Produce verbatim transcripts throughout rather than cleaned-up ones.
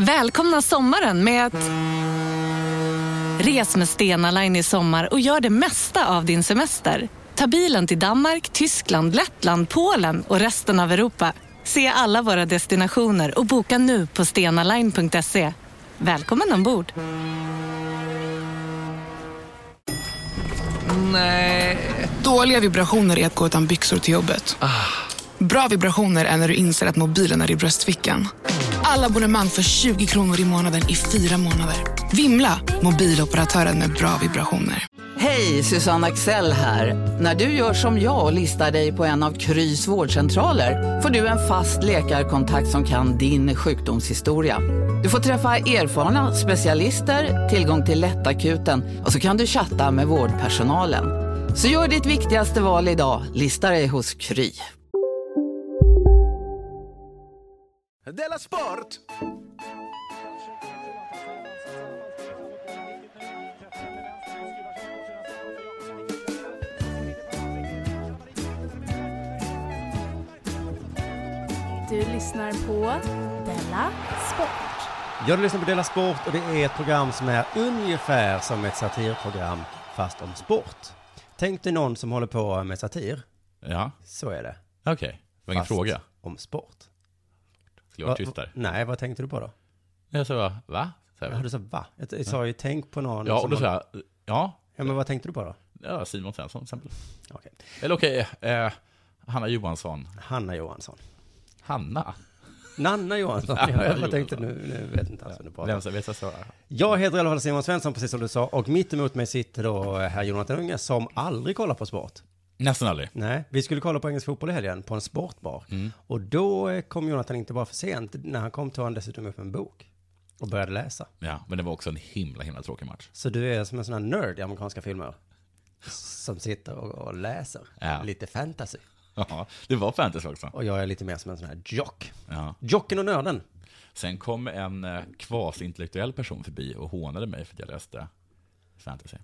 Välkomna sommaren med att... Res med Stena Line i sommar och gör det mesta av din semester. Ta bilen till Danmark, Tyskland, Lettland, Polen och resten av Europa. Se alla våra destinationer och boka nu på stenaline punkt se. Välkommen ombord! Nej. Dåliga vibrationer är att gå utan byxor till jobbet. Ah. Bra vibrationer är när du inser att mobilen är i bröstfickan. Alla abonnemang för tjugo kronor i månaden i fyra månader. Vimla, mobiloperatören med bra vibrationer. Hej, Susanne Axel här. När du gör som jag och listar dig på en av Krys vårdcentraler får du en fast läkarkontakt som kan din sjukdomshistoria. Du får träffa erfarna specialister, tillgång till lättakuten och så kan du chatta med vårdpersonalen. Så gör ditt viktigaste val idag, lista dig hos Kry. Della Sport! Du lyssnar på Della Sport. Jag lyssnar på Della Sport och det är ett program som är ungefär som ett satirprogram fast om sport. Tänk dig någon som håller på med satir. Ja. Så är det. Okej, okay. Det var ingen fråga. Om sport. Skulle vara tyst där. Nej, vad tänkte du på då? Jag sa, va? Så jag, ja, du sa, va? Jag, jag sa ju, tänk på någon. Ja, och då sa jag, ja. Ja, men vad tänkte du på då? Ja, Simon Svensson till exempel. Okej. Eller okej, okay, eh, Hanna Johansson. Hanna Johansson. Hanna? Nanna Johansson. Ja, jag Johansson. Tänkte nu, nu vet inte alls vad du pratar. Vem som vet så. Jag heter i alla fall Simon Svensson, precis som du sa. Och mitt emot mig sitter då herr Jonathan Unge som aldrig kollar på sport. Nästan aldrig. Nej, vi skulle kolla på engelsk fotboll i helgen på en sportbar. Mm. Och då kom Jonathan inte bara för sent. När han kom tog han dessutom upp en bok och började läsa. Ja, men det var också en himla, himla tråkig match. Så du är som en sån här nörd i amerikanska filmer som sitter och, och läser. Ja. Lite fantasy. Ja, det var fantasy också. Och jag är lite mer som en sån här jock. Ja. Jocken och nörden. Sen kom en eh, kvasintellektuell person förbi och hånade mig för att jag läste fantasy.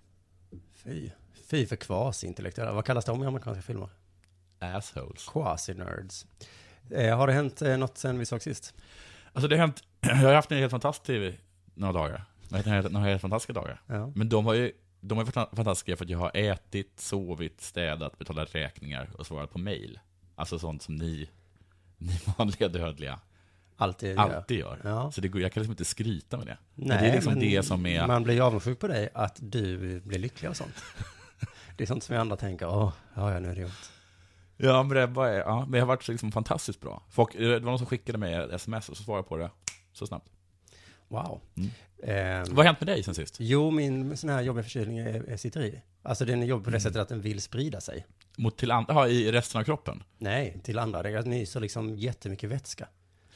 Fy. Fy för kvasintellektuella. Vad kallas de i amerikanska filmer? Assholes. Quasi-nerds. Eh, har det hänt eh, något sen vi såg sist? Alltså det har hänt, jag har haft en helt fantastisk några dagar. Några, några helt fantastiska dagar. Ja. Men de har ju de har varit fantastiska för att jag har ätit, sovit, städat, betalat räkningar och svarat på mejl. Alltså sånt som ni, ni vanliga dödliga alltid gör. Alltid gör. Ja. Så det går, jag kan liksom inte skryta med det. Nej, men det är liksom men det som är... man blir ju avundsjuk på dig att du blir lycklig och sånt. Det är sånt som vi andra tänker, åh, ja, ja, nu är det gjort. Ja, men det, bara, ja, men det har varit liksom fantastiskt bra. Folk, det var någon som skickade mig ett sms och så svarade jag på det så snabbt. Wow. Mm. Eh, Vad har hänt med dig sen sist? Jo, min sån här jobbiga förkylning är, är sitter i. Alltså den är jobbig på det mm. sättet att den vill sprida sig. Mot till andra, ja, i resten av kroppen? Nej, till andra. Det nyser liksom jättemycket vätska.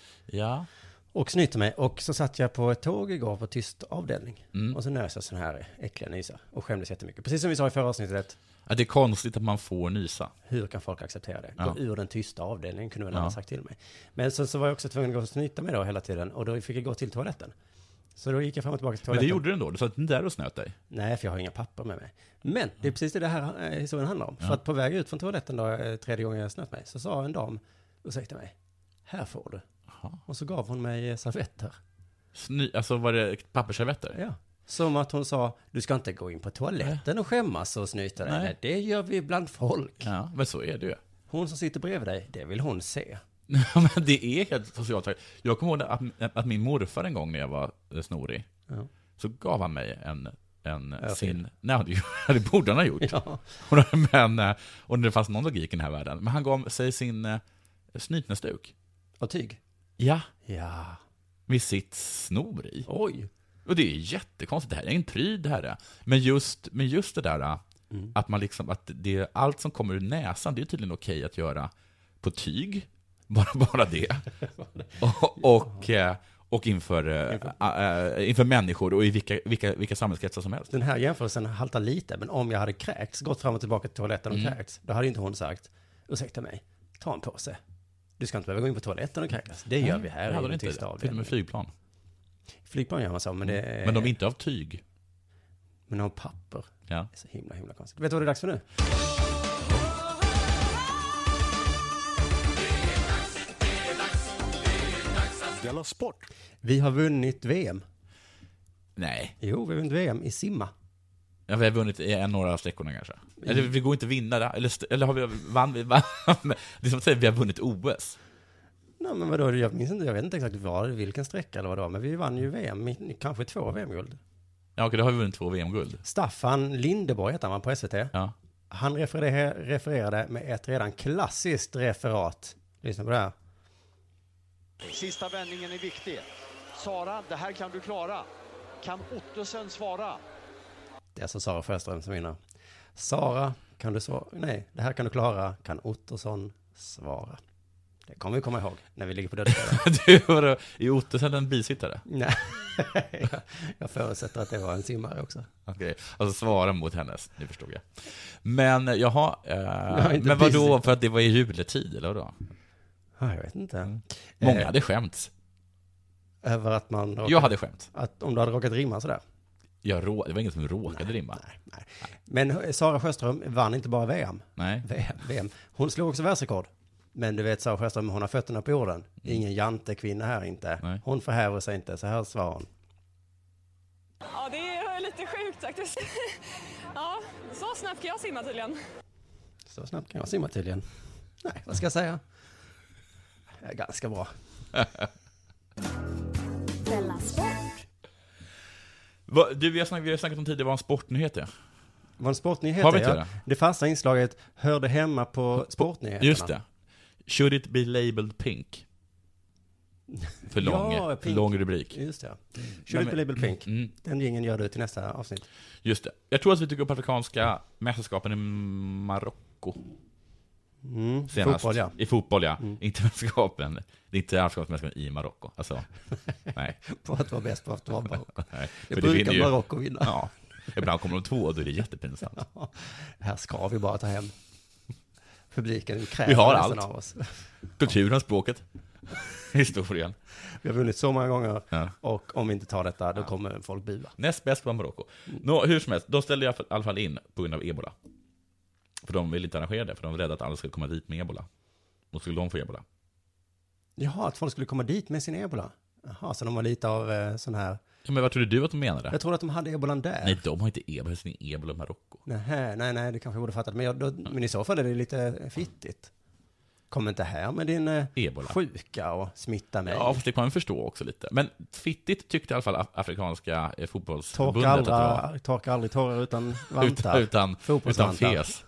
Ja. Och snyter mig. Och så satt jag på ett tåg igår på tyst avdelning. Mm. Och så nös jag sån här äckliga nysa. Och skämdes jättemycket. Precis som vi sa i förra avsnittet. Ja, det är konstigt att man får nysa. Hur kan folk acceptera det? Ja. Gå ur den tysta avdelningen kunde väl ja. ha sagt till mig. Men så, så var jag också tvungen att gå och snyta mig då hela tiden. Och då fick jag gå till toaletten. Så då gick jag fram och tillbaka till toaletten. Men det gjorde du ändå? Du satt inte där och snöt dig? Nej, för jag har inga papper med mig. Men det är precis det det här historien handlar om. Ja. För att på väg ut från toaletten då, tredje gången jag snöt mig, så sa en dam, ursäkta mig, här får du. Aha. Och så gav hon mig servetter. Sny, alltså var det pappersservetter? Ja. Som att hon sa, du ska inte gå in på toaletten och skämmas och snyta dig. Nej. Det gör vi bland folk. Ja, men så är det ju. Hon som sitter bredvid dig, det vill hon se. Men det är helt socialt. Jag kommer ihåg att, att min morfar en gång när jag var snorig ja. så gav han mig en, en sin... Nej, det borde han ha gjort. Ja. Men, och det fanns någon logik i den här världen. Men han gav sig sin uh, snytnäsduk. Och tyg? Ja. Ja. Med sitt snor i. Oj. Och det är jättekonstigt. Det här är en pryd det här. Men just, men just det där mm. att man liksom... Att det, allt som kommer ur näsan, det är tydligen okej att göra på tyg. Bara, bara det. och, och, och inför, inför. Äh, inför människor och i vilka, vilka, vilka samhällskretsar som helst. Den här jämförelsen haltar lite, men om jag hade kräkts, gått fram och tillbaka till toaletten och mm. kräkts, då hade inte hon sagt, ursäkta mig, ta en påse. Du ska inte behöva gå in på toaletten och kräkas. Det gör vi här i den tysta avdelningen. Till och med flygplan. Flygplan gör man så, men det är... Men de är inte av tyg. Men av papper. Ja. Det är så himla, himla konstigt. Vet du vad det är dags för nu? Della Sport. Vi har vunnit V M. Nej. Jo, vi har vunnit V M i simma. Ja, vi har vunnit en några av sträckorna kanske. Eller vi går inte vinna där. Eller, eller har vi vann vi vann. Det är som att säga vi har vunnit O S. Nej, men vadå, jag minns inte, jag vet inte exakt vad, vilken sträcka eller vad det var, men vi vann ju V M, kanske två V M-guld. Ja, okej, då har vi vunnit två V M-guld. Staffan Lindeborg heter han på S V T. Ja. Han refererade, refererade med ett redan klassiskt referat. Lyssna på det här. Sista vändningen är viktig. Sara, det här kan du klara. Kan Ottesen svara? Det är alltså Sara Sjöström som vinner. Sara, kan du svara? Nej, det här kan du klara. Kan Ottosson svara? Det kommer vi komma ihåg när vi ligger på dödsbädden. Du var i Ottesen en bisittare? Nej, jag, jag förutsätter att det var en simmare också. Okej, alltså svara mot hennes, det förstod jag. Men jaha, eh, inte men vad då busy. för att det var i juletid eller vadå? Ja, jag vet inte. Mm. Många Eh, hade skämt. Över att man råkade, Jag hade skämt. att om du hade råkat rimma sådär. Jag rå, det var ingen som råkade Nej, rimma. Nej, nej. Men Sara Sjöström vann inte bara V M. Nej. V M. Hon slog också världsrekord. Men du vet, Sara Sjöström, hon har fötterna på jorden. Ingen jantekvinna här inte. Nej. Hon förhäver sig inte. Så här svarar hon. Ja, det är lite sjukt faktiskt. Ja, så snabbt kan jag simma tydligen. Så snabbt kan jag simma tydligen. Nej, vad ska jag säga? Det är ganska bra. Della Sport. Va, du, vi har, snackat, vi har snackat om tidigare vad en sportnyhet är. Vad en sportnyhet Har vi är, inte ja. det? Det fasta inslaget hörde hemma på sportnyheterna. Just det. Should it be labeled pink? För lång, Ja, för pink. lång rubrik. Just det. Should it be labeled pink? Mm, Den gingen gör du till nästa avsnitt. just det. Jag tror att vi tog upp afrikanska mästerskapen i Marocko. Mm. Senast. Fotboll, ja. I fotboll, ja. Mm. Inte mästerskapen. Det är inte afrikanska mästerskapen i Marocko. Alltså, nej. På att vara bäst på att vara Marocko. nej. Det För brukar vinner ju- Marocko vinna. Ja. Ibland kommer de två och då är det jättepinsamt. Ja, här ska vi bara ta hem. Publiken kräver Vi har nästan allt. av oss. Kulturen, språket, historien. Vi har vunnit så många gånger. Ja. Och om vi inte tar detta, då kommer folk bua. Näst bäst var Marocko. Nå, hur som helst, de ställde i alla fall in på grund av ebola. För de vill inte arrangera det, för de var rädda att alla skulle komma dit med ebola. Och skulle de få ebola. Jaha, att folk skulle komma dit med sin ebola. Jaha, så de var lite av eh, sån här... Ja, men vad tror du att de menade? Jag trodde att de hade ebolan där. Nej, de har inte ebola, sin ebola i Marocko. Nej, nej, nej, det kanske jag borde fattat. Men, jag, då, men i så fall är det lite fittigt. Kom inte här med din eh, Ebola. sjuka och smitta mig. Ja, fast det kan man förstå också lite. Men fittigt tyckte i alla fall af- afrikanska eh, fotbollsförbundet torka, att det var. aldrig, torka aldrig tårar utan vantar. Utan, utan, utan Fotbollsvantar. fes.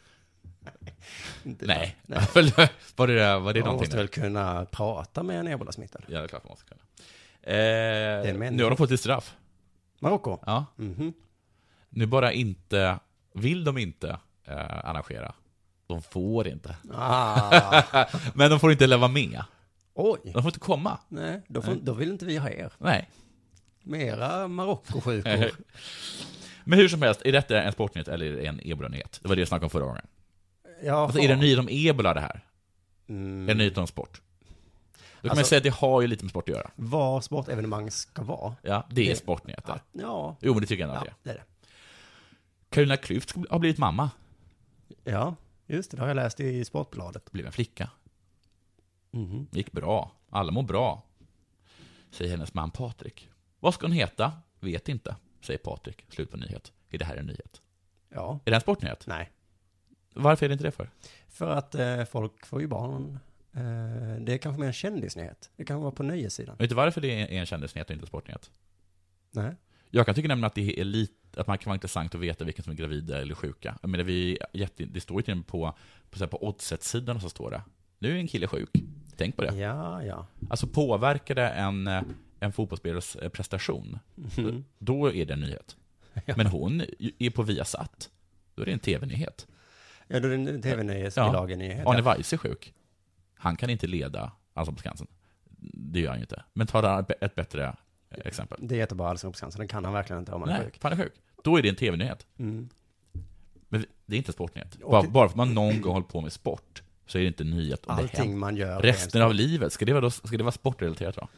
Inte Nej. Nej. var det, där- var det Man någonting? måste väl kunna prata med en ebola-smittad. Ja, det är klart man måste kunna. en Eh, människa. nu har de fått ett straff. Marocko? Ja. Mhm. Nu bara inte, vill de inte eh, arrangera. De får inte. Ah. Men de får inte leva med. Oj. De får inte komma. Nej, då, får, Nej. då vill inte vi ha er. Nej. Med era Marocko-sjukor. Men hur som helst, är detta en sportnyhet eller är det en ebola-nyhet? Det var det jag snackade om förra gången. Jaha. Alltså, är det en nyhet om ebola det här? Mm. Är det en nyhet om sport? Då kan man Alltså- säga att det har ju lite med sport att göra. Vad sportevenemang ska vara. Ja, det är Det- sportnyheter. Ja, Jo, men det tycker jag nog ja att det är. det är det. Carolina Klüft har blivit mamma. Ja, just det. Det har jag läst i Sportbladet. Blev en flicka. Mhm. Gick bra. Alla mår bra. Säger hennes man Patrik. Vad ska hon heta? Vet inte, säger Patrik. Slut på nyhet. Är det här en nyhet? Ja, Är det en sportnyhet? nej. Varför är det inte det för? För att eh, folk får ju barn. Eh, det är kanske mer en kändisnyhet. Det kan vara på nöjessidan. Vet du varför det är en kändisnyhet och inte en sportnyhet? Nej. Jag kan tycka nämligen att det är lite, att man kan vara intressant att veta vilken som är gravida eller sjuka. Jag menar, vi är jätte, det står ju till och med på, på, så här, på oddset-sidan så står det. Nu är en kille sjuk. Tänk på det. Ja, ja. Alltså påverkar det en, en fotbollsspelares prestation, Mhm. då är det en nyhet. Ja. Men hon är på Viasat. Då är det en tv-nyhet. Ja, då är det en tv-nyhetsbilagen-nyhet. Arne Weise är sjuk. Han kan inte leda Allsång på Skansen. Det gör han ju inte. Men ta ett bättre exempel. Det är jättebra Allsång på Skansen. Den kan han verkligen inte om han är Nej, sjuk. han är sjuk. Då är det en tv-nyhet. Mm. Men det är inte sportnyhet. Och Bara, det- bara för att man någon gång håller på med sport så är det inte en nyhet om det Allting händer. man gör. är Resten en av livet, ska det vara, då, ska det vara sportrelaterat då?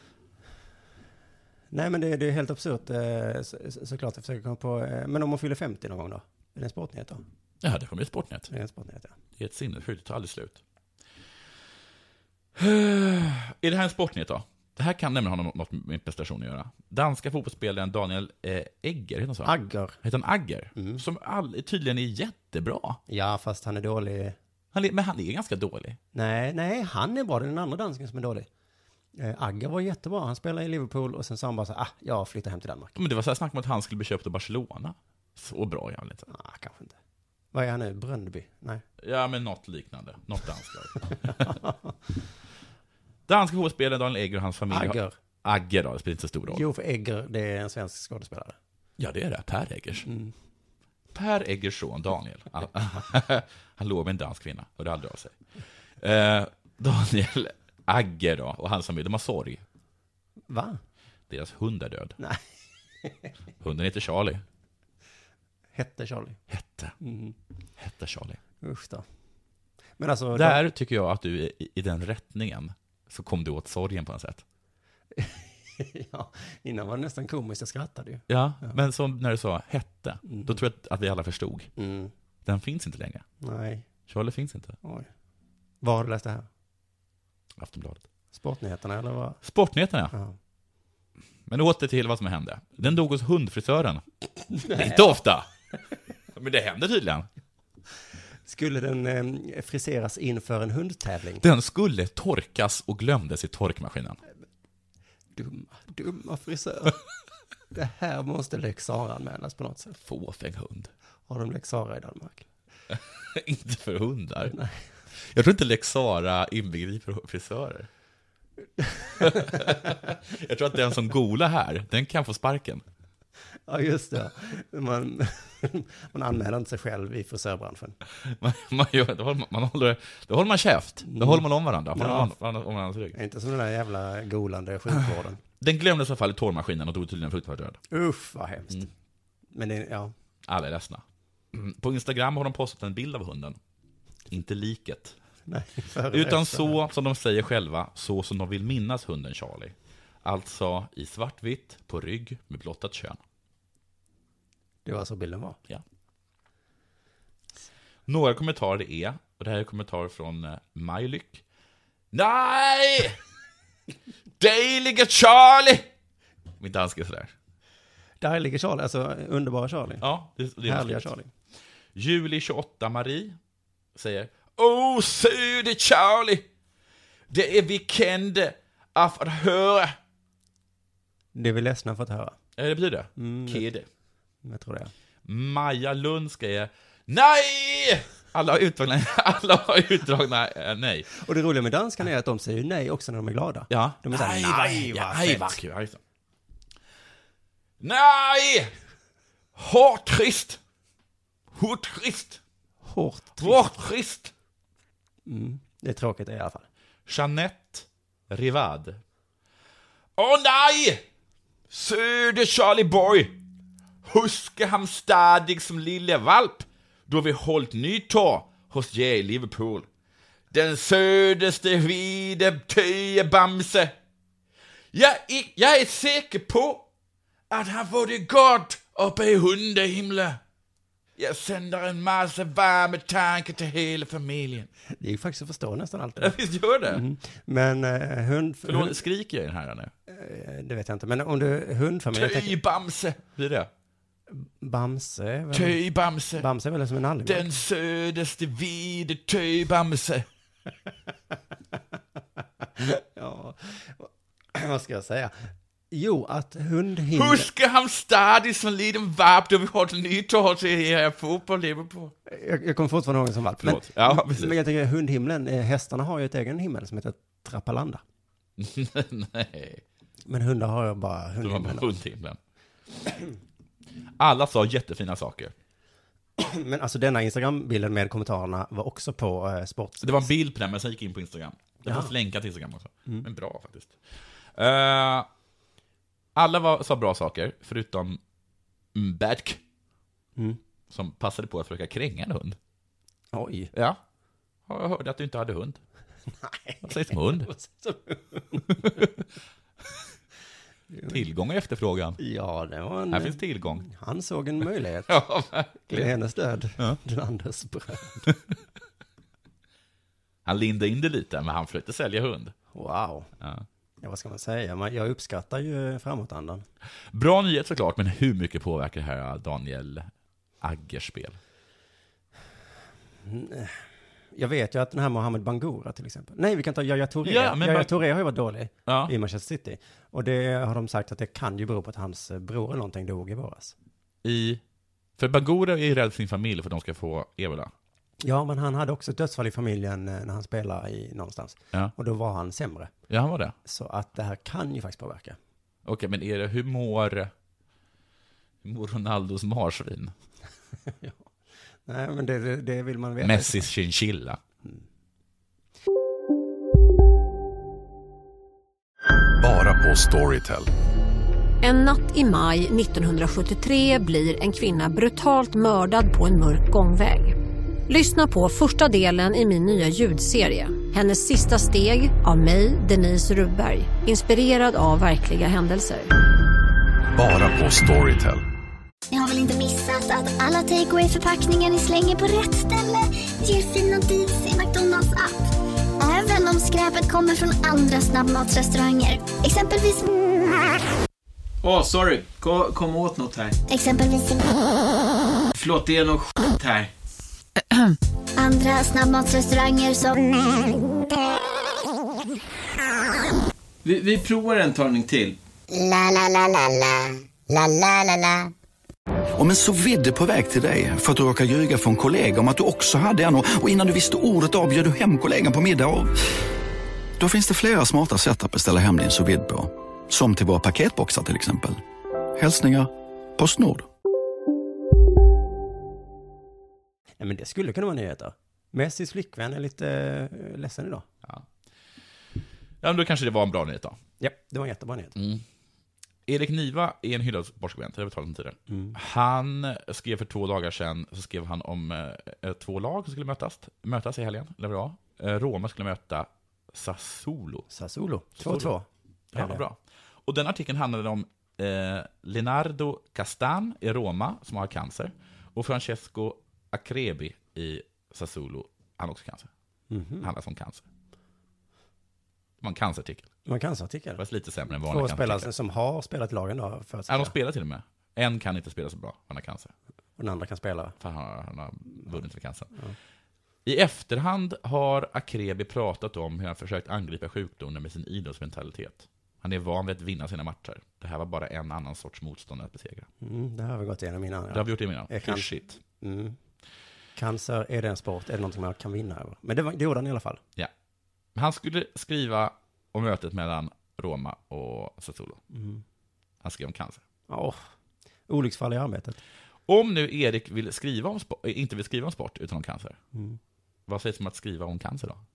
Nej, men det, det är helt absurt eh, så, så, såklart. Jag försöker komma på, eh, men om hon fyller femtio någon gång då? Är det en sportnyhet då? Ja, det kommer bli sportnyhet. Det är en sportnyhet, ja. Det är ett sinnessjukt, det tar aldrig slut. Är det här en sportnyhet då? Det här kan nämligen ha något med prestation att göra. Danska fotbollsspelaren Daniel eh, Egger, heter han så? Agger. Heter han Agger? Mm. Som all, tydligen är jättebra. Ja, fast han är dålig. Han är, men han är ganska dålig. Nej, nej, han är bra. Det är den andra dansken som är dålig. Eh, Agger var jättebra. Han spelade i Liverpool och sen sa han bara så ah, jag flyttar hem till Danmark. Men det var så här snack om att han skulle bli köpt av Barcelona. Så bra är han inte. Ah, kanske inte. Vad är han nu? Bröndby? Nej. Ja, men något liknande. Något danskt. Danska fotbollsspelaren Daniel Egger och hans familj. Agger. Har... Agger då, det spelar inte så stor roll. Jo, för Egger, det är en svensk skådespelare. Ja, det är det. Per Eggers. Mm. Per Eggers son, Daniel. Han, han låg med en dansk kvinna och det aldrig av sig. Eh, Daniel Agger då, och hans familj, de har sorg. Va? Deras hund är död. Nej. Hunden heter Charlie. Hette Charlie. Hette. Mm. Hette Charlie. Usch då. Men alltså... Där tycker jag att du i, i den rättningen så kom du åt sorgen på något sätt. Ja, innan var det nästan komiskt, jag skrattade ju. Ja, ja. Men som när du sa hette, mm. då tror jag att vi alla förstod. Mm. Den finns inte längre. Nej. Charlie finns inte. Oj. Var har du läst det här? Aftonbladet. Sportnyheterna eller vad? Sportnyheterna, ja. Ja. Men åter till vad som hände. Den dog hos hundfrisören. Det är inte ofta. Men det händer tydligen. Skulle den eh, friseras inför en hundtävling? Den skulle torkas och glömdes i torkmaskinen. Dumma, dumma frisör. Det här måste Lex Sara anmälas på något sätt. Fåfäng hund. Har de Lex Sara i Danmark? Inte för hundar. Nej. Jag tror inte Lex Sara inbegriper frisörer. Jag tror att den som golar här, den kan få sparken. Ja, just det. Man, man anmäler inte sig själv i frisörbranschen. Man, man, gör, då, håller man, man håller, då håller man käft. Då Mm. håller håller man om varandra. Man Ja. håller om, om varandras rygg. Inte som den där jävla golande sjukvården. Den glömdes i alla fall i torrmaskinen och dog tydligen fruktansvärt död. Uff, vad hemskt. Mm. Men det, ja. Alla är ledsna. På Instagram har de postat en bild av hunden. Inte liket. Nej, före Utan efter. så som de säger själva, så som de vill minnas hunden Charlie. Alltså i svartvitt på rygg med blottat kön. Det var så bilden var. Ja. Några kommentarer är, och det här är kommentarer från uh, Majlyck. Nej! Dejliga Charlie! Min danska är sådär. Där ligger Charlie, alltså underbara Charlie. Ja, det, det är härliga skrivit. Charlie. Juli tjugoåtta Marie säger: Åh, söde Charlie! Det är vikende av att höra. Det är vi ledsna för att höra. Ja, det betyder det. Mm, Kede. Jag tror det. Maja Lund säger: Nej! Alla har utdragna, alla har utdragna äh, nej. Och det roliga med danskarna är att de säger nej också när de är glada. Ja. De är såhär, nej, nej, vad, vad nej, fett. vad kul. Nej! Hårt trist. Hårt trist. Hårt trist. Hårt trist. Mm, det är tråkigt i alla fall. Jeanette Rivad. Åh nej! Söde Charlie Boy. Huske ham stadig som lille valp, då vi holdt nytår hos jer i Liverpool. Den sødeste hvide tøjebamse. Jeg, jeg er sikker på, at han får det godt oppe i hundehimle. Jag sänder en massa varma tankar till hela familjen. Det är ju faktiskt att förstå nästan allt det. Visst gör det? Mm. Men uh, hund... Förlåt, hund, skriker jag i den här nu? Uh, det vet jag inte. Men om du hundfamilj... Töjbamse, blir det? Bamse? Töjbamse. Bamse är väl som en alg? Den södaste vide töjbamse. Ja, vad ska jag säga? Jo, att hundhimlen... Huske ham stadig som liten valp, då vi har till nytår till er fotboll Liverpool. Jag, jag kommer fortfarande ihåg den som valp. Men, ja, men jag tänker, hundhimlen, hästarna har ju ett egen himmel som heter Trapalanda. Nej. Men hundar har ju bara hundhimlen. hundhimlen. Alla sa jättefina saker. Men alltså denna Instagram-bilden med kommentarerna var också på eh, sport. Det var en bild på den, men sen gick in på Instagram. Det Ja. var länkat till Instagram också. Mm. Men bra faktiskt. Uh, alla var, sa bra saker, förutom Mbadk. Mm. Som passade på att försöka kränga en hund. Oj. Ja. Jag hörde att du inte hade hund. Nej. Vad sägs som hund? Tillgång och efterfrågan. Ja, det var en... Här finns tillgång. Han såg en möjlighet. Ja, Till hennes död. Ja. Den andres bröd. Han lindade in det lite, men han försökte sälja hund. Wow. Ja. Ja, vad ska man säga? Man, jag uppskattar ju framåtandan. Bra nyhet såklart, men hur mycket påverkar det här Daniel Aggers spel? Jag vet ju att den här Mohamed Bangura till exempel. Nej, vi kan ta Yaya Touré. Ja, men Yaya Bang- Touré har ju varit dålig Ja. i Manchester City. Och det har de sagt att det kan ju bero på att hans bror eller någonting dog i våras. I, för Bangura är ju rädd för sin familj för att de ska få ebola. Ja, men han hade också ett dödsfall i familjen när han spelade i någonstans. Ja. Och då var han sämre. Ja, han var det. Så att det här kan ju faktiskt påverka. Okej, men är det, hur mår, hur mår Ronaldos marsvin? Ja. Nej, men det, det, det vill man veta. Messis chinchilla. Mm. Bara på Storytel. En natt i maj nittonhundrasjuttiotre blir en kvinna brutalt mördad på en mörk gångväg. Lyssna på första delen i min nya ljudserie. Hennes sista steg av mig, Denise Rubberg. Inspirerad av verkliga händelser. Bara på Storytel. Ni har väl inte missat att alla takeaway förpackningar ni slänger på rätt ställe ger fina deals i McDonalds app. Även om skräpet kommer från andra snabbmatsrestauranger. Exempelvis... Åh, oh, sorry. Kom, kom åt något här. Exempelvis... Förlåt, det är något skit här. Andra snabbmatsrestauranger som... Vi, vi provar en talning till. La la la la la. La la la la. Om en sous vide på väg till dig för att du råkar ljuga för en kollega om att du också hade en, och innan du visste ordet av bjöd du hem kollegan på middag och... Då finns det flera smarta sätt att beställa hem din sous vide på. Som till våra paketboxar till exempel. Hälsningar Postnord. Ja, men det skulle kunna vara nyheter. Messis flickvän är lite äh, ledsen idag. Ja. Ja, men då kanske det var en bra nyhet då. Ja, det var en jättebra nyhet. Mm. Erik Niva är en hyllad sportskribent, det har vi talat om tidigare. Mm. Han skrev för två dagar sedan, så skrev han om eh, två lag som skulle mötas, mötas i helgen, eller bra. Eh, Roma skulle möta Sassuolo. Sassuolo, två två. Ja, vad bra. Och den artikeln handlade om eh, Leonardo Castan i Roma, som har cancer, och Francesco Acrebi i Sassuolo, han har också cancer. Mm-hmm. Det handlar om cancer. Det var en cancerartikel. Det var en cancerartikel. Det var lite sämre än vanliga cancerartiklar. Två spelare som har spelat i lagen då? För att ja, de spelar till och med. En kan inte spela så bra, han har cancer. Och den andra kan spela? För han har, han har vunnit för cancer. Ja. I efterhand har Acrebi pratat om hur han försökt angripa sjukdomen med sin idrottsmentalitet. Han är van vid att vinna sina matcher. Det här var bara en annan sorts motstånd att besegra. Mm, det har vi gått igenom innan. Ja. Det har vi gjort innan. Kan... Shit. Mm. Cancer, är det en sport? Är det någonting man kan vinna över? Men det, var, det gjorde han i alla fall. Ja. Han skulle skriva om mötet mellan Roma och Sassuolo. Mm. Han skrev om cancer. Oh. Olycksfall i arbetet. Om nu Erik vill skriva om sport, inte vill skriva om sport utan om cancer. Mm. Vad sägs om att skriva om cancer då?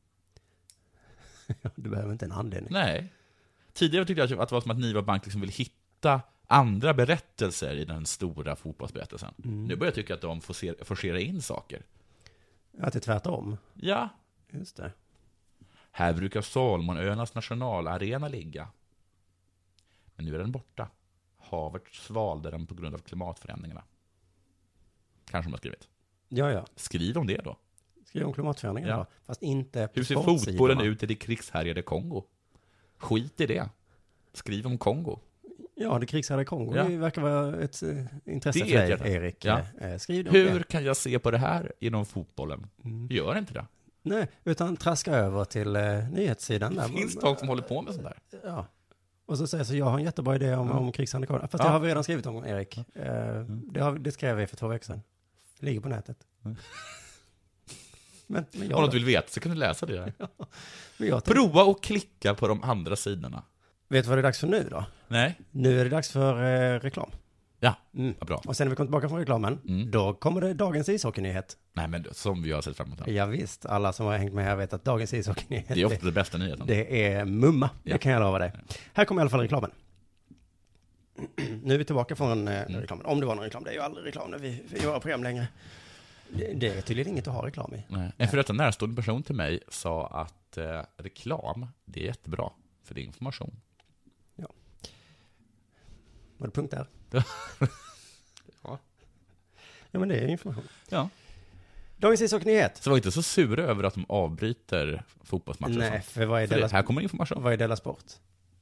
Du behöver inte en anledning. Nej. Tidigare tyckte jag att det var som att Niva Bank liksom vill hitta andra berättelser i den stora fotbollsberättelsen. Mm. Nu börjar jag tycka att de får forcera in saker. Att det är tvärtom? Ja. Just det. Här brukar Salomonöarnas nationalarena ligga. Men nu är den borta. Havet svalde den på grund av klimatförändringarna. Kanske de har skrivit. Ja, ja. Skriv om det då. Skriv om klimatförändringarna ja. då. Fast inte på hur ser fotbollen ut i det krigshärjade Kongo? Skit i det. Skriv om Kongo. Ja, det krigshärjade Kongo. Ja. Det verkar vara ett uh, intresse det för dig, Erik. Ja. Uh, skriv om hur det. kan jag se på det här inom fotbollen? Mm. Gör inte det. Nej, utan traska över till uh, nyhetssidan. Det där. finns folk som håller på med sånt där. Ja. Och så säger så jag har en jättebra idé om, ja. om krigshärjade Kongo. Fast ja. det har vi redan skrivit om, Erik. Uh, mm. det, har, det skrev vi för två veckor sedan. Det ligger på nätet. Mm. Men, men om du vill veta så kan du läsa det där. Ja, men prova och klicka på de andra sidorna. Vet du vad det är dags för nu då? Nej. Nu är det dags för eh, reklam. Ja, mm. ja, bra. Och sen när vi kommer tillbaka från reklamen, mm. då kommer det dagens ishockeynyhet. Nej, men som vi har sett fram emot. Ja, visst, alla som har hängt med här vet att dagens ishockeynyhet, det är ofta det bästa nyheten. Det är mumma, ja. Det kan jag lova dig. Ja. Här kommer i alla fall reklamen. Nu är vi tillbaka från eh, mm. reklamen. Om det var någon reklam, det är ju aldrig reklam när vi, vi gör program längre. Det, det är tydligen inget att ha reklam i. Nej. En för detta närstående person till mig sa att eh, reklam, det är jättebra, för det är information. Ja. Var det punkt där? Ja. Ja, men det är information. Ja. Dagens ishockeynyhet. Så var inte så sura över att de avbryter fotbollsmatcher. Nej, för vad är för Della det, här kommer information. Vad är Della Sport?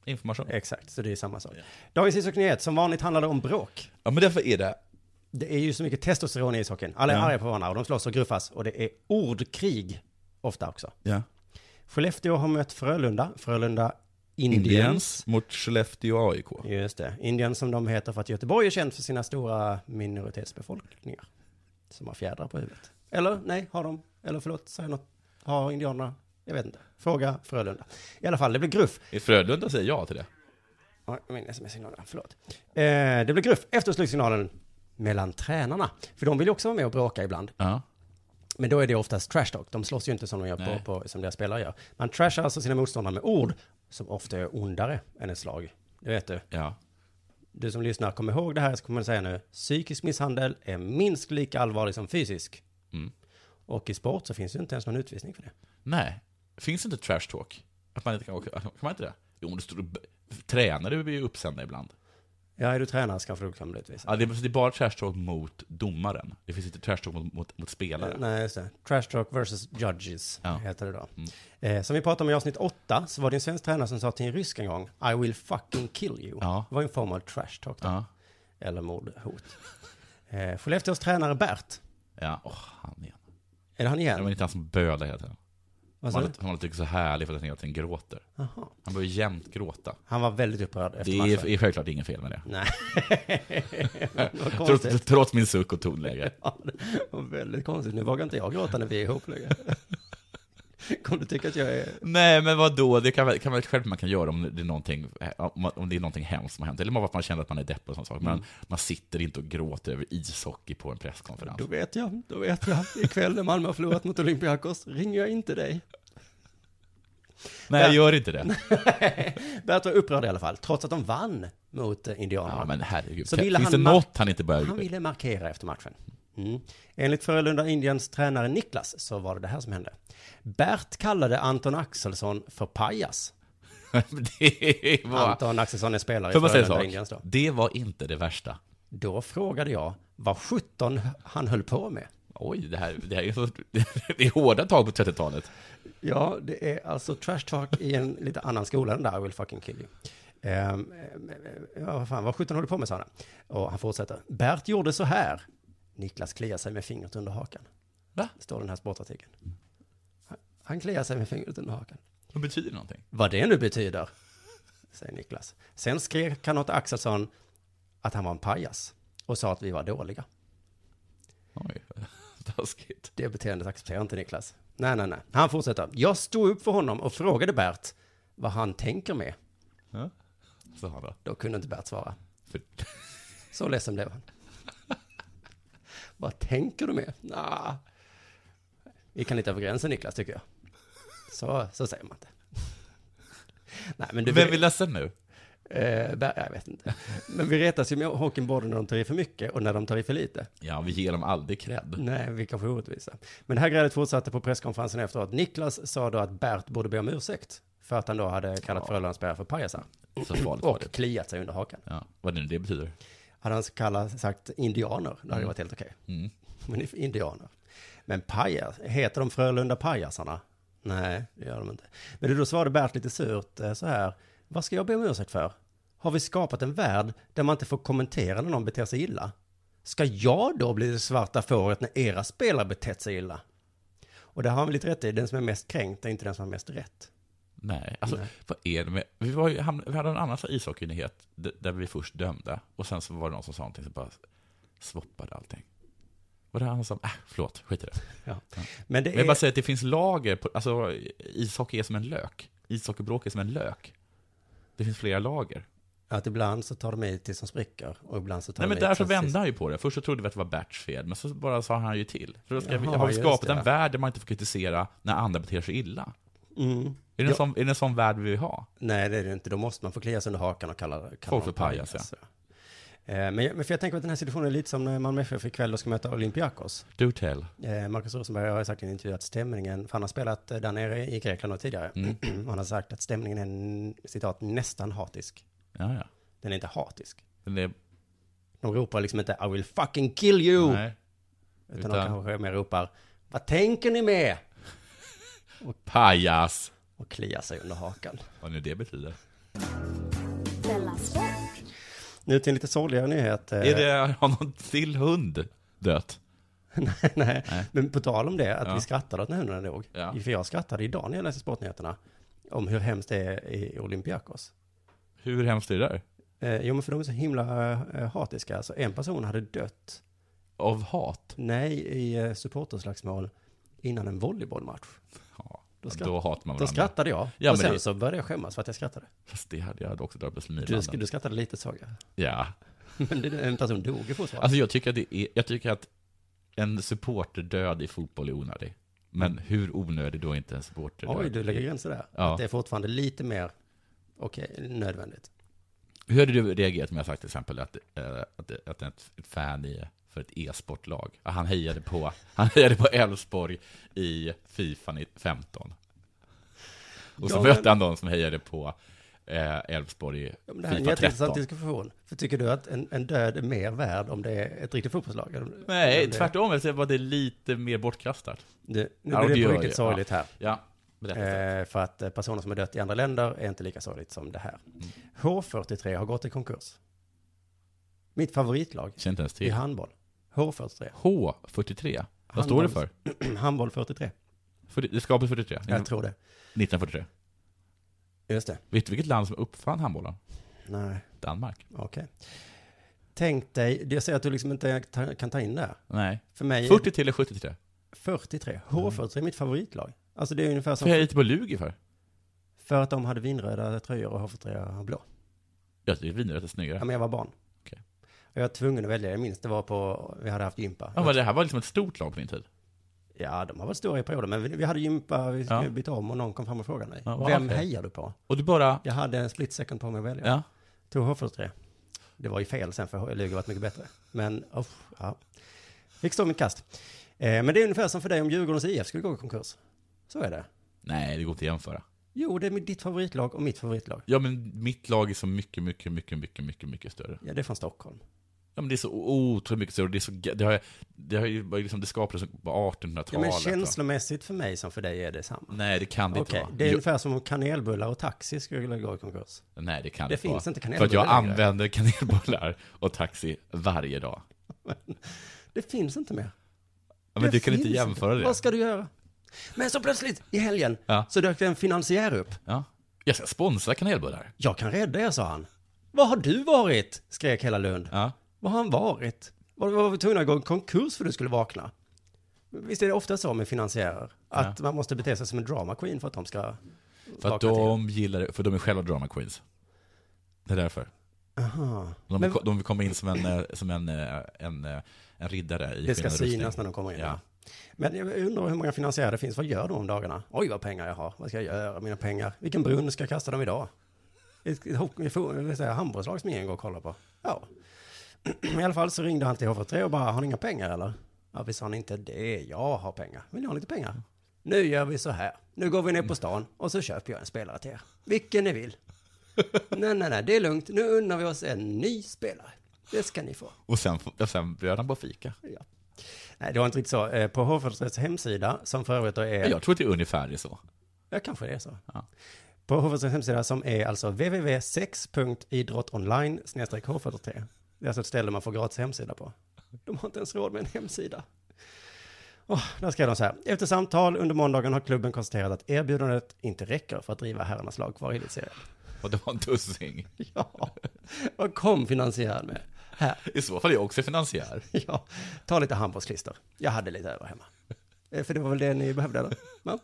information. Exakt, så det är samma sak. Ja. Dagens ishockeynyhet, som vanligt handlar det om bråk. Ja, men därför är det... Det är ju så mycket testosteron i ishockeyn. Alla är ja. arga på varandra och de slåss och gruffas. Och det är ordkrig ofta också. Ja. Skellefteå har mött Frölunda. Frölunda Indians. Indians mot Skellefteå A I K. Just det. Indians som de heter för att Göteborg är känt för sina stora minoritetsbefolkningar. Som har fjädrar på huvudet. Eller, nej, har de, eller förlåt, säg något. Har indianerna, jag vet inte. Fråga Frölunda. I alla fall, det blir gruff. I Frölunda säger ja till det. Ja, min sms-signal, förlåt. Eh, det blir gruff efter slutsignalen mellan tränarna. För de vill ju också vara med och bråka ibland. Ja. Men då är det oftast trash talk. De slåss ju inte som de gör på, på, som deras spelare gör. Man trashar alltså sina motståndare med ord som ofta är ondare än ett slag. Det vet du. Ja. Du som lyssnar, kom ihåg det här, så kommer man säga nu. Psykisk misshandel är minst lika allvarlig som fysisk. Mm. Och i sport så finns ju inte ens någon utvisning för det. Nej. Finns inte trash talk? Att man inte kan åka, kan man inte det? Jo, det står tränare blir ju uppsända ibland. Ja, är du tränare så kanske du kan bli utvisad. Ja, det är, det är bara trash talk mot domaren. Det finns inte trash talk mot, mot, mot spelare. Nej, just det. Trash talk versus judges ja. heter det då. Mm. Eh, som vi pratade om i avsnitt åtta så var det en svensk tränare som sa till en rysk en gång I will fucking kill you. Ja. Det var en form av trash talk då. Ja. Eller mordhot. Eh, Skellefteås tränare Bert. Ja, åh, han igen. Är det han igen? Det var inte han som bölar hela tiden. Vad Han sa var, du? han var lite så härlig för att han hela tiden gråter. Aha. Han börjar jämt gråta. Han var väldigt upprörd efter Det matchen. är, är självklart ingen fel med det. Nej. trots, trots min suck och tonläge. Ja, det var väldigt konstigt. Nu vågar inte jag gråta när vi är ihop längre. Kommer du tycka att jag är... Nej, men vad då? Det kan, kan man själv man kan göra om det är någonting, om det är någonting hemskt som har hänt. Eller bara att man känner att man är deppig och sånt sak. Men mm. man sitter inte och gråter över ishockey på en presskonferens. Då vet jag, då vet jag. Ikväll när Malmö har förlorat mot Olympiakos ringer jag inte dig. Nej, jag gör inte det. Bert var upprörd i alla fall, trots att de vann mot indianerna. Ja, men herregud. Så Finns han det mar- något han inte började? Han ville markera efter matchen. Mm. Enligt Frölunda Indians tränare Niklas så var det det här som hände. Bert kallade Anton Axelsson för pajas. det var... Anton Axelsson är spelare för i Frölunda Indians då. Det var inte det värsta. Då frågade jag vad sjutton han höll på med. Oj, det här, det här är, så, det är hårda tag på trettiotalet. Ja, det är alltså trash talk i en lite annan skola än där I will fucking kill you. Um, ja, vad fan, vad sjutton håller på med, sa han. Och han fortsätter. Bert gjorde så här. Niklas kliar sig med fingret under hakan. Va? Står den här sportartikeln. Han, han kliar sig med fingret under hakan. Vad betyder det någonting? Vad det nu betyder, säger Niklas. Sen skrek han åt Axelsson att han var en pajas och sa att vi var dåliga. Oj, taskigt. Det beteendet accepterar inte Niklas. Nej, nej, nej. Han fortsätter. Jag stod upp för honom och frågade Bert vad han tänker med. Ja, så han då. Då kunde inte Bert svara. För... Så ledsen blev han. Vad tänker du med? Nah. Vi kan lite över gränsen, Niklas, tycker jag. Så, så säger man inte. Nej, men du Vem vill ledsen nu? Eh, jag vet inte. Men vi retas ju med hockeyn både när de tar i för mycket och när de tar i för lite. Ja, vi ger dem aldrig cred. Nej, vi kan få orättvisa. Men det här grälet fortsatte på presskonferensen efteråt. Niklas sa då att Bert borde be om ursäkt för att han då hade kallat ja. Frölundaspelare för pajasar. Så farligt och kliat sig under hakan. Ja, vad det nu det betyder. Hade han kallat, sagt indianer, då hade mm. det varit helt okej. Mm. Men indianer. Men pajas, heter de Frölunda pajasarna? Nej, det gör de inte. Men då svarade Bert lite surt så här. Vad ska jag be om ursäkt för? Har vi skapat en värld där man inte får kommentera när någon beter sig illa? Ska jag då bli det svarta fåret när era spelare betett sig illa? Och det har han väl lite rätt i. Den som är mest kränkt är inte den som har mest rätt. Nej, alltså Nej. Vad är det med... Vi, var ju, vi hade en annan ishockeynyhet där vi först dömde och sen så var det någon som sa någonting som bara svoppade allting. Och det här han sa, äh, förlåt, skit i det. Ja. Ja. Men det Men jag är... bara säger att det finns lager, på, alltså ishockey är som en lök. Ishockeybråk är som en lök. Det finns flera lager. Att ibland så tar de i till som spricker och ibland så tar Nej, de men där så vände vände han ju på det. Först så trodde vi att det var Berts fel, men så bara sa han ju till. För då ska Jaha, vi, har vi just skapat det. en värld där man inte får kritisera när andra beter sig illa. Mm. Är det, en Ja. sån, är det en sån värld vi vill ha? Nej, det är det inte. Då måste man få klia sig under hakan och kalla, kalla Folk för dem pajas, pajas. Ja. Eh, Men, jag- men för jag tänker att den här situationen är lite som när Malmö F F ikväll och ska möta Olympiakos. Do tell. Eh, Marcus Rosenberg har sagt i en intervju att stämningen, för han har spelat eh, där nere i Grekland och tidigare, Mm. han har sagt att stämningen är, n- citat, nästan hatisk. Ja, ja. Den är inte hatisk. Men det, De ropar liksom inte I will fucking kill you. nej. Utan, Utan- de kanske mer ropar vad tänker ni med? Pajas. Och kliar sig under hakan. Vad nu det betyder. Della Sport. Nu till en lite sorgligare nyhet. Är det, har någon till hund dött? nej, nej, nej, men på tal om det, att ja. vi skrattade åt när hundarna dog. Ja. För jag skrattade idag när jag läste sportnyheterna om hur hemskt det är i Olympiakos. Hur hemskt är det där? Eh, jo, men för de är så himla eh, hatiska. Alltså en person hade dött. Av hat? Nej, i eh, supporterslagsmål innan en volleybollmatch. Ja, då, skratt, då hatar man varandra. Då skrattade jag. Ja, och sen det... så började jag skämmas för att jag skrattade. Fast det hade jag också dragit på smilbanden. Du, sk- du skrattade lite, såg jag. Ja. Men det, en person dog i fotboll. Alltså jag tycker att det är, jag tycker att en supporter död i fotboll är onödig. Men hur onödig då inte en supporter död? Oj, du lägger gränser där. Ja. Att det är fortfarande lite mer okej, okay, nödvändigt. Hur hade du reagerat om jag sagt till exempel att, äh, att, att ett fan i, för ett e-sportlag, han hejade på han hejade på Elfsborg i FIFA femton. Och så ja, mötte men... han någon som hejade på Elfsborg i ja, det här är en jätteintressant diskussion. För tycker du att en, en död är mer värd om det är ett riktigt fotbollslag? Nej, det... tvärtom. Så var det lite mer bortkastat. Det, nu ja, blir det, det på riktigt sorgligt här. Ja. Eh, för att personer som har dött i andra länder är inte lika sorgligt som det här. Mm. H fyrtiotre har gått i konkurs. Mitt favoritlag i handboll. H fyrtiotre. H fyrtiotre? Vad står det för? Handboll fyrtiotre. För det skapades fyrtiotre? Jag tror det. nittonhundrafyrtiotre. Just det. Vet du vilket land som uppfann handbollen? Nej. Danmark. Okej. Okay. Tänk dig, jag säger att du liksom inte kan ta in det. Nej. För mig fyrtiotre eller sjuttiotre? fyrtiotre. H fyrtiotre är mitt favoritlag. Alltså det är ungefär som... För jag är lite på Lugi för? För att de hade vinröda tröjor och H fyrtiotre har blå. Ja, det är vinröda snyggare. Ja, men jag var barn. Okay. Jag var tvungen att välja. Jag minns det var på... Vi hade haft gympa. Ja, men det här var liksom ett stort lag på din tid? Ja, de har varit stora i perioder. Men vi, vi hade gympa, vi skulle ja. byta om och någon kom fram och frågade mig. Ja, Vem okay. hejar du på? Och du bara... Jag hade en split second på mig att välja. Ja. Tog H fyrtiotre. Det var ju fel sen för Lugi varit mycket bättre. Men, oh, ja. Fick stå mitt kast. Eh, men det är ungefär som för dig om Djurgårdens I F skulle gå i konkurs. Så är det. Nej, det går inte att jämföra. Jo, det är ditt favoritlag och mitt favoritlag. Ja, men mitt lag är så mycket, mycket, mycket, mycket, mycket, mycket större. Ja, det är från Stockholm. Ja, men det är så otroligt mycket större. Det, är så, det, har, det, har ju, liksom, det skapades på artonhundratalet. Ja, men känslomässigt för mig som för dig är det samma. Nej, det kan det okay. inte vara. Det är jag... ungefär som om kanelbullar och taxi skulle gå i konkurs. Nej, det kan det det finns vara. inte kanelbullar. För att jag längre. använder kanelbullar och taxi varje dag. Det finns inte mer. Ja, men du kan inte jämföra inte. det. Vad ska du göra? Men så plötsligt i helgen ja. så dök det en finansiär upp. Ja. Jag ska sponsra kanelbullar. Jag kan rädda er, sa han. Vad har du varit? Skrek hela Lund. Ja. Vad har han varit? Var, var vi tvungna att gå i konkurs för att du skulle vakna? Visst är det ofta så med finansiärer? Att ja. man måste bete sig som en drama queen för att de ska För att de till. gillar det, för de är själva drama queens. Det är därför. Aha. De, Men, de vill komma in som en, som en, en, en riddare i det ska synas när de kommer in. Ja. Men jag undrar hur många finansiärer det finns. Vad gör de om dagarna? Oj, vad pengar jag har. Vad ska jag göra? Mina pengar. Vilken brunn ska jag kasta dem idag? Ett handbollslag som ingen går och kollar på. Ja. I alla fall så ringde han till H fyrtiotre och bara, har ni inga pengar eller? Ja, vi sa inte det. Jag har pengar. Vill ni ha lite pengar? Nu gör vi så här. Nu går vi ner på stan och så köper jag en spelare till er. Vilken ni vill. nej, nej, nej. Det är lugnt. Nu undrar vi oss en ny spelare. Det ska ni få. Och sen, och sen bjöd han på fika. Ja. Nej, det var inte riktigt så. På H fyrtiotres hemsida, som för övrigt då är... Jag tror att det är ungefär så. Ja, kanske det är så. Ja. På H fyrtiotres hemsida som är alltså w w w punkt sex punkt idrottonline snedstreck H fyrtiotre. Det är alltså ett ställe man får gratis hemsida på. De har inte ens råd med en hemsida. Oh, där skrev de så här. Efter samtal under måndagen har klubben konstaterat att erbjudandet inte räcker för att driva herrarnas lag kvar i elitserien. Och det var en tussing. Ja, vad kom finansiären med? Här. I så fall är jag också finansiär. Ja, ta lite handbollsklister. Jag hade lite över hemma. För det var väl det ni behövde, eller? Ja.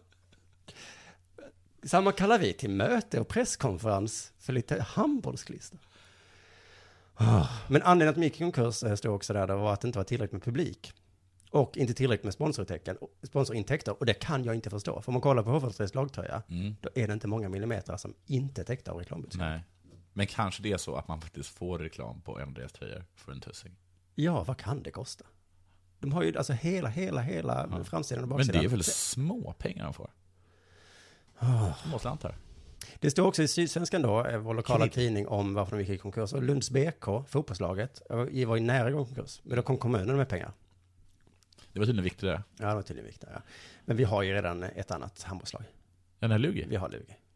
Samma kallar vi till möte och presskonferens för lite handbollsklister. Oh. Men anledningen att Miki konkurs stod också där, det var att det inte var tillräckligt med publik. Och inte tillräckligt med sponsorintäkter. Sponsorintäkter. Och det kan jag inte förstå. För om man kollar på H fyrtiotres lagtröja, mm. då är det inte många millimeter som inte är täckta av reklambudskap. Nej. Men kanske det är så att man faktiskt får reklam på en av deras tröjor för en tussing. Ja, vad kan det kosta? De har ju alltså hela, hela, hela ja. framsidan och baksidan. Men det är väl små pengar de får? Oh. Små slantar. Det står också i Sydsvenskan då, vår lokala Krig. tidning, om varför de gick i konkurs. Och Lunds B K, fotbollslaget, var ju nära gång konkurs. Men då kom kommunen med pengar. Det var tydligen viktigt det. Ja, det var tydligen viktigt, ja. Men vi har ju redan ett annat handbollslag. Den här Lugi? Vi har Lugi.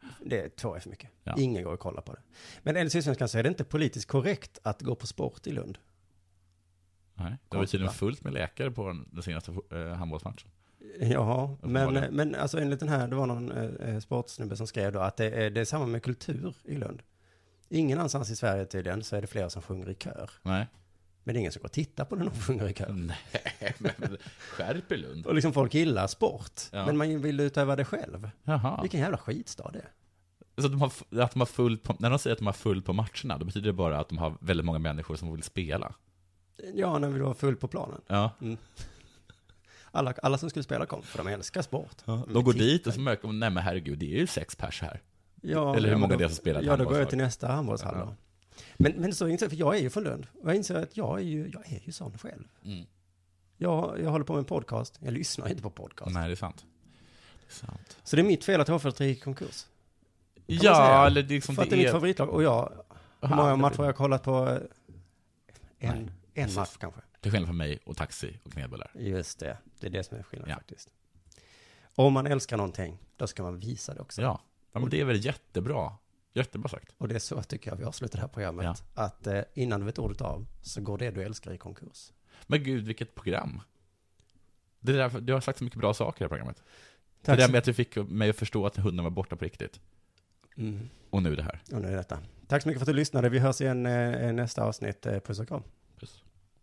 Det två är för mycket. Ja. Ingen går och kollar på det. Men enligt Sydsvenskan så är det inte politiskt korrekt att gå på sport i Lund. Nej, det var tydligen fullt med läkare på den senaste eh, handbollsmatchen. Ja, men, men alltså enligt den här, det var någon eh, sportsnubbe som skrev då att det är, det är samma med kultur i Lund. Ingen annanstans i Sverige tydligen så är det flera som sjunger i kör. Nej. Men det är ingen som går och tittar på när de sjunger i kör. Nej, men skärp i Lund. Och liksom folk gillar sport, Ja. men man vill utöva det själv. Jaha. Vilken jävla skitstad det är. Så att de har, att de har fullt på, när de säger att de har fullt på matcherna, då betyder det bara att de har väldigt många människor som vill spela. Ja, när vi var full på planen. Ja. Mm. Alla, alla som skulle spela kom, för de älskar sport. Ja, de går dit och så märker de, nej men herregud, det är ju sex pers här. Ja, eller hur ja, många då, det är som spelar Ja, då går jag till nästa handbollshall ja. då. Men, men så inser jag, för jag är ju från Lund. Och jag inser att jag är ju, jag är ju sån själv. Mm. Jag, jag håller på med en podcast. Jag lyssnar inte på podcast. Nej, det är sant. Det är sant. Så det är mitt fel att H fjorton gick i konkurs. Ja, eller det är liksom för att det är mitt favoritlag. Och jag, hur många matcher har jag kollat på? En, en match kanske. Till skillnad från mig och Taxi och knedbullar. Just det. Det är det som är skillnad Ja. faktiskt. Om man älskar någonting, då ska man visa det också. Ja, ja men det är väl jättebra. Jättebra sagt. Och det är så tycker jag vi avslutar det här programmet. Ja. Att eh, innan du vet ordet av så går det du älskar i konkurs. Men gud, vilket program. Det där, du har sagt så mycket bra saker i det här programmet. Tack det där så- med att du fick mig att förstå att hunden var borta på riktigt. Mm. Och nu det här. Och nu är detta. Tack så mycket för att du lyssnade. Vi hörs igen eh, nästa avsnitt. Eh, puss och kram. Puss.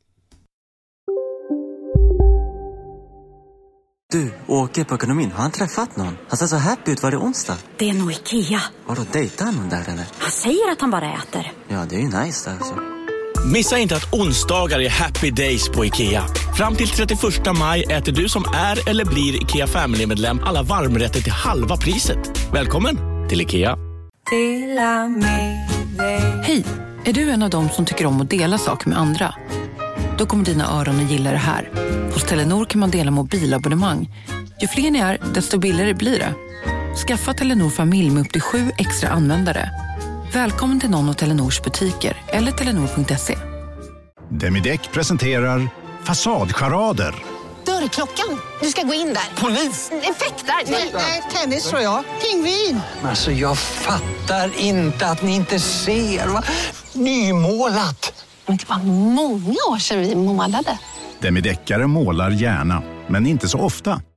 Du, Åke på ekonomin, har han träffat någon? Han ser så happy ut, var det onsdag? Det är nog Ikea. Har du dejtat någon där eller? Han säger att han bara äter. Ja, det är ju nice där alltså. Missa inte att onsdagar är happy days på IKEA. Fram till trettioförsta maj äter du som är eller blir IKEA Family-medlem alla varmrätter till halva priset. Välkommen till IKEA. Hej, är du en av dem som tycker om att dela saker med andra? Då kommer dina öron att gilla det här. Hos Telenor kan man dela mobilabonnemang. Ju fler ni är, desto billigare blir det. Skaffa Telenor familj med upp till sju extra användare. Välkommen till någon av Telenors butiker eller telenor punkt se. Demideck presenterar Fasadcharader. Dörrklockan. Du ska gå in där. Polis? Effektar? Nej, tennis tror jag. Pingvin. Alltså jag fattar inte att ni inte ser. Va? Nymålat. Men det var många år sedan vi målade. Demideckare målar gärna, men inte så ofta.